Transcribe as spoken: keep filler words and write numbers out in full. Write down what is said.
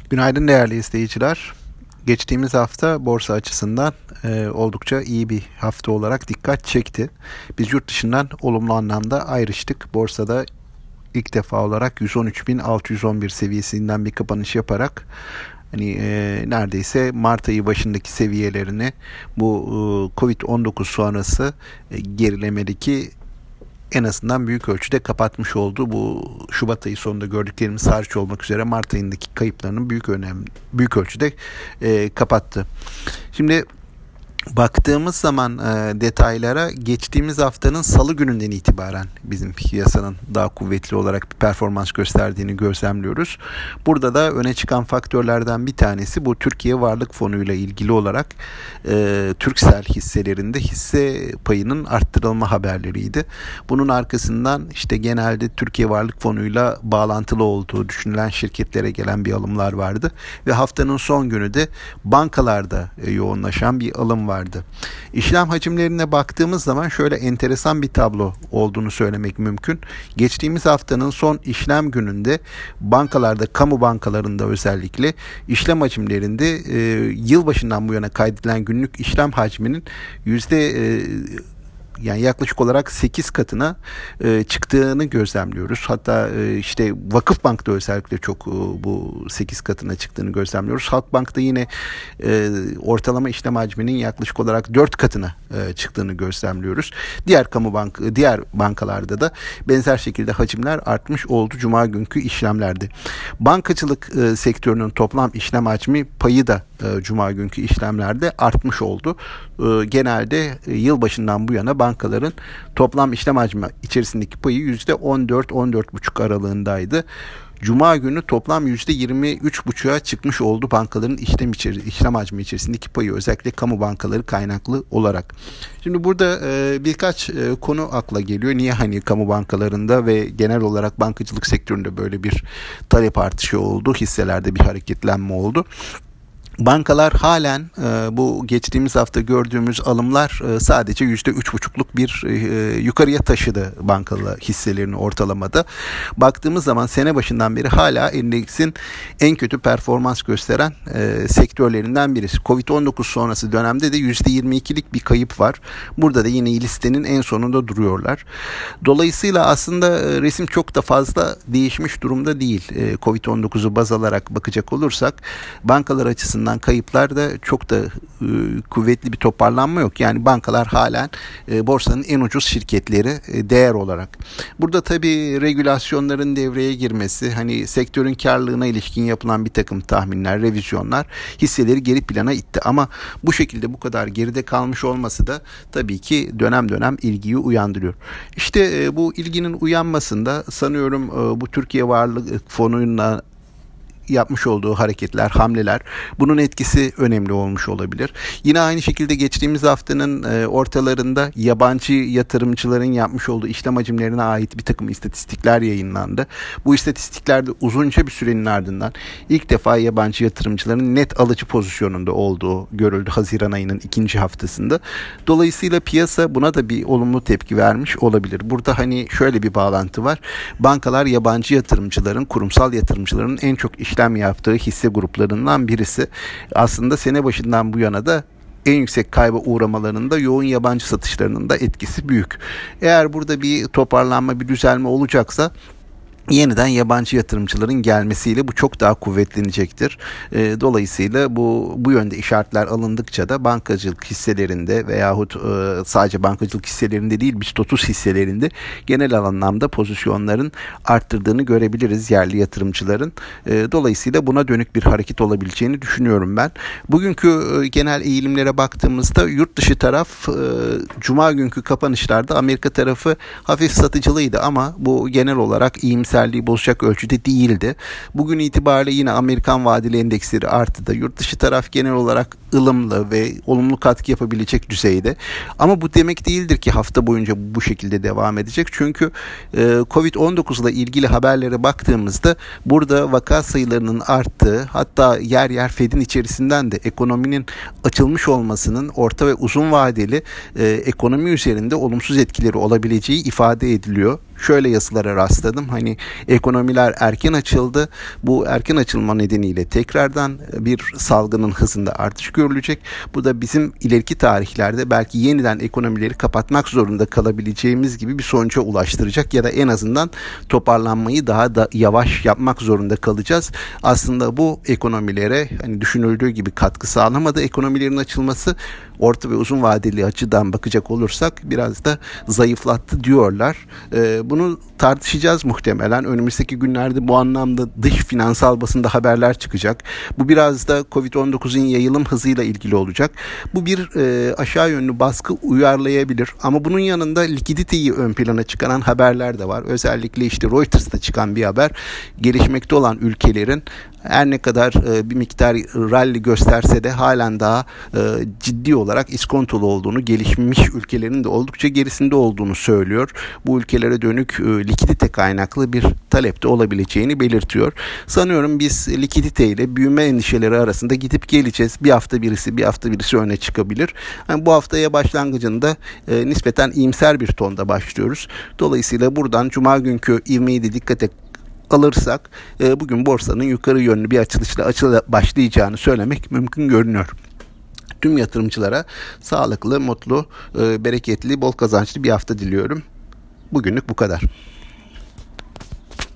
Günaydın değerli izleyiciler. Geçtiğimiz hafta borsa açısından e, oldukça iyi bir hafta olarak dikkat çekti. Biz yurt dışından olumlu anlamda ayrıştık. Borsada ilk defa olarak yüz on üç bin altı yüz on bir seviyesinden bir kapanış yaparak hani e, neredeyse Mart ayı başındaki seviyelerini bu e, covid on dokuz sonrası e, gerilemedeki en azından büyük ölçüde kapatmış oldu. Bu Şubat ayı sonunda gördüklerimiz hariç olmak üzere Mart ayındaki kayıplarının büyük önem büyük ölçüde e, kapattı. Şimdi baktığımız zaman e, detaylara geçtiğimiz haftanın salı gününden itibaren bizim piyasanın daha kuvvetli olarak bir performans gösterdiğini gözlemliyoruz. Burada da öne çıkan faktörlerden bir tanesi bu Türkiye Varlık Fonu ile ilgili olarak e, Turkcell hisselerinde hisse payının arttırılma haberleriydi. Bunun arkasından işte genelde Türkiye Varlık Fonu ile bağlantılı olduğu düşünülen şirketlere gelen bir alımlar vardı ve haftanın son günü de bankalarda e, yoğunlaşan bir alım vardı. İşlem hacimlerine baktığımız zaman şöyle enteresan bir tablo olduğunu söylemek mümkün. Geçtiğimiz haftanın son işlem gününde bankalarda, kamu bankalarında özellikle işlem hacimlerinde e, yılbaşından bu yana kaydedilen günlük işlem hacminin yüzde e, yani yaklaşık olarak sekiz katına e, çıktığını gözlemliyoruz. Hatta e, işte Vakıfbank'ta özellikle çok e, bu sekiz katına çıktığını gözlemliyoruz. Halkbank'ta yine e, ortalama işlem hacminin yaklaşık olarak dört katına e, çıktığını gözlemliyoruz. Diğer kamu bank diğer bankalarda da benzer şekilde hacimler artmış oldu cuma günkü işlemlerde. Bankacılık e, sektörünün toplam işlem hacmi payı da e, cuma günkü işlemlerde artmış oldu. E, genelde e, yılbaşından bu yana bankaların toplam işlem hacmi içerisindeki payı yüzde on dört on dört buçuk aralığındaydı. Cuma günü toplam yüzde yirmi üç buçuğa çıkmış oldu bankaların işlem, içeri, işlem hacmi içerisindeki payı, özellikle kamu bankaları kaynaklı olarak. Şimdi burada e, birkaç e, konu akla geliyor. Niye hani kamu bankalarında ve genel olarak bankacılık sektöründe böyle bir talep artışı oldu, hisselerde bir hareketlenme oldu? Bankalar halen e, bu geçtiğimiz hafta gördüğümüz alımlar e, sadece yüzde üç buçukluk bir e, yukarıya taşıdı bankalı hisselerini ortalamada. Baktığımız zaman sene başından beri hala endeksin en kötü performans gösteren e, sektörlerinden birisi. covid on dokuz sonrası dönemde de yüzde yirmi ikilik bir kayıp var. Burada da yine listenin en sonunda duruyorlar. Dolayısıyla aslında e, resim çok da fazla değişmiş durumda değil. E, covid on dokuzu baz alarak bakacak olursak bankalar açısından kayıplar da çok da e, kuvvetli bir toparlanma yok. Yani bankalar halen e, borsanın en ucuz şirketleri e, değer olarak. Burada tabii regülasyonların devreye girmesi, hani sektörün karlılığına ilişkin yapılan bir takım tahminler, revizyonlar hisseleri geri plana itti. Ama bu şekilde bu kadar geride kalmış olması da tabii ki dönem dönem ilgiyi uyandırıyor. İşte e, bu ilginin uyanmasında sanıyorum e, bu Türkiye Varlık Fonu'na yapmış olduğu hareketler, hamleler, bunun etkisi önemli olmuş olabilir. Yine aynı şekilde geçtiğimiz haftanın e, ortalarında yabancı yatırımcıların yapmış olduğu işlem hacimlerine ait bir takım istatistikler yayınlandı. Bu istatistiklerde uzunca bir sürenin ardından ilk defa yabancı yatırımcıların net alıcı pozisyonunda olduğu görüldü Haziran ayının ikinci haftasında. Dolayısıyla piyasa buna da bir olumlu tepki vermiş olabilir. Burada hani şöyle bir bağlantı var. Bankalar yabancı yatırımcıların, kurumsal yatırımcıların en çok işlem yaptığı hisse gruplarından birisi. Aslında sene başından bu yana da en yüksek kayba uğramalarında yoğun yabancı satışlarının da etkisi büyük. Eğer burada bir toparlanma, bir düzelme olacaksa yeniden yabancı yatırımcıların gelmesiyle bu çok daha kuvvetlenecektir. E, dolayısıyla bu bu yönde işaretler alındıkça da bankacılık hisselerinde veyahut e, sadece bankacılık hisselerinde değil, BIST otuz hisselerinde genel anlamda pozisyonların arttırdığını görebiliriz yerli yatırımcıların. E, dolayısıyla buna dönük bir hareket olabileceğini düşünüyorum ben. Bugünkü e, genel eğilimlere baktığımızda yurt dışı taraf e, Cuma günkü kapanışlarda Amerika tarafı hafif satıcılıydı ama bu genel olarak iyimser bozacak ölçüde değildi. Bugün itibariyle yine Amerikan vadeli endeksleri arttı. Yurt dışı taraf genel olarak ılımlı ve olumlu katkı yapabilecek düzeyde. Ama bu demek değildir ki hafta boyunca bu şekilde devam edecek. Çünkü e, covid on dokuz ile ilgili haberlere baktığımızda burada vaka sayılarının arttığı, hatta yer yer Fed'in içerisinden de ekonominin açılmış olmasının orta ve uzun vadeli e, ekonomi üzerinde olumsuz etkileri olabileceği ifade ediliyor. şöyle yazılara rastladım. Hani ekonomiler erken açıldı. Bu erken açılma nedeniyle tekrardan bir salgının hızında artış görülecek. Bu da bizim ileriki tarihlerde belki yeniden ekonomileri kapatmak zorunda kalabileceğimiz gibi bir sonuca ulaştıracak ya da en azından toparlanmayı daha da yavaş yapmak zorunda kalacağız. Aslında bu ekonomilere hani düşünüldüğü gibi katkı sağlamadı. Ekonomilerin açılması orta ve uzun vadeli açıdan bakacak olursak biraz da zayıflattı diyorlar. Ee, bunu tartışacağız muhtemelen. Önümüzdeki günlerde bu anlamda dış finansal basında haberler çıkacak. Bu biraz da kovid on dokuzun yayılım hızıyla ilgili olacak. Bu bir e, aşağı yönlü baskı uyarlayabilir. Ama bunun yanında likiditeyi ön plana çıkaran haberler de var. Özellikle işte Reuters'ta çıkan bir haber. Gelişmekte olan ülkelerin her ne kadar e, bir miktar rally gösterse de halen daha e, ciddi olarak iskontolu olduğunu, gelişmiş ülkelerin de oldukça gerisinde olduğunu söylüyor. Bu ülkelere dönük e, likidite kaynaklı bir talepte olabileceğini belirtiyor. Sanıyorum biz likidite ile büyüme endişeleri arasında gidip geleceğiz. Bir hafta birisi, bir hafta birisi öne çıkabilir. Yani bu haftaya başlangıcında e, nispeten iyimser bir tonda başlıyoruz. Dolayısıyla buradan Cuma günkü ivmeyi de dikkate alırsak e, bugün borsanın yukarı yönlü bir açılışla açıla başlayacağını söylemek mümkün görünüyor. Tüm yatırımcılara sağlıklı, mutlu, e, bereketli, bol kazançlı bir hafta diliyorum. Bugünlük bu kadar.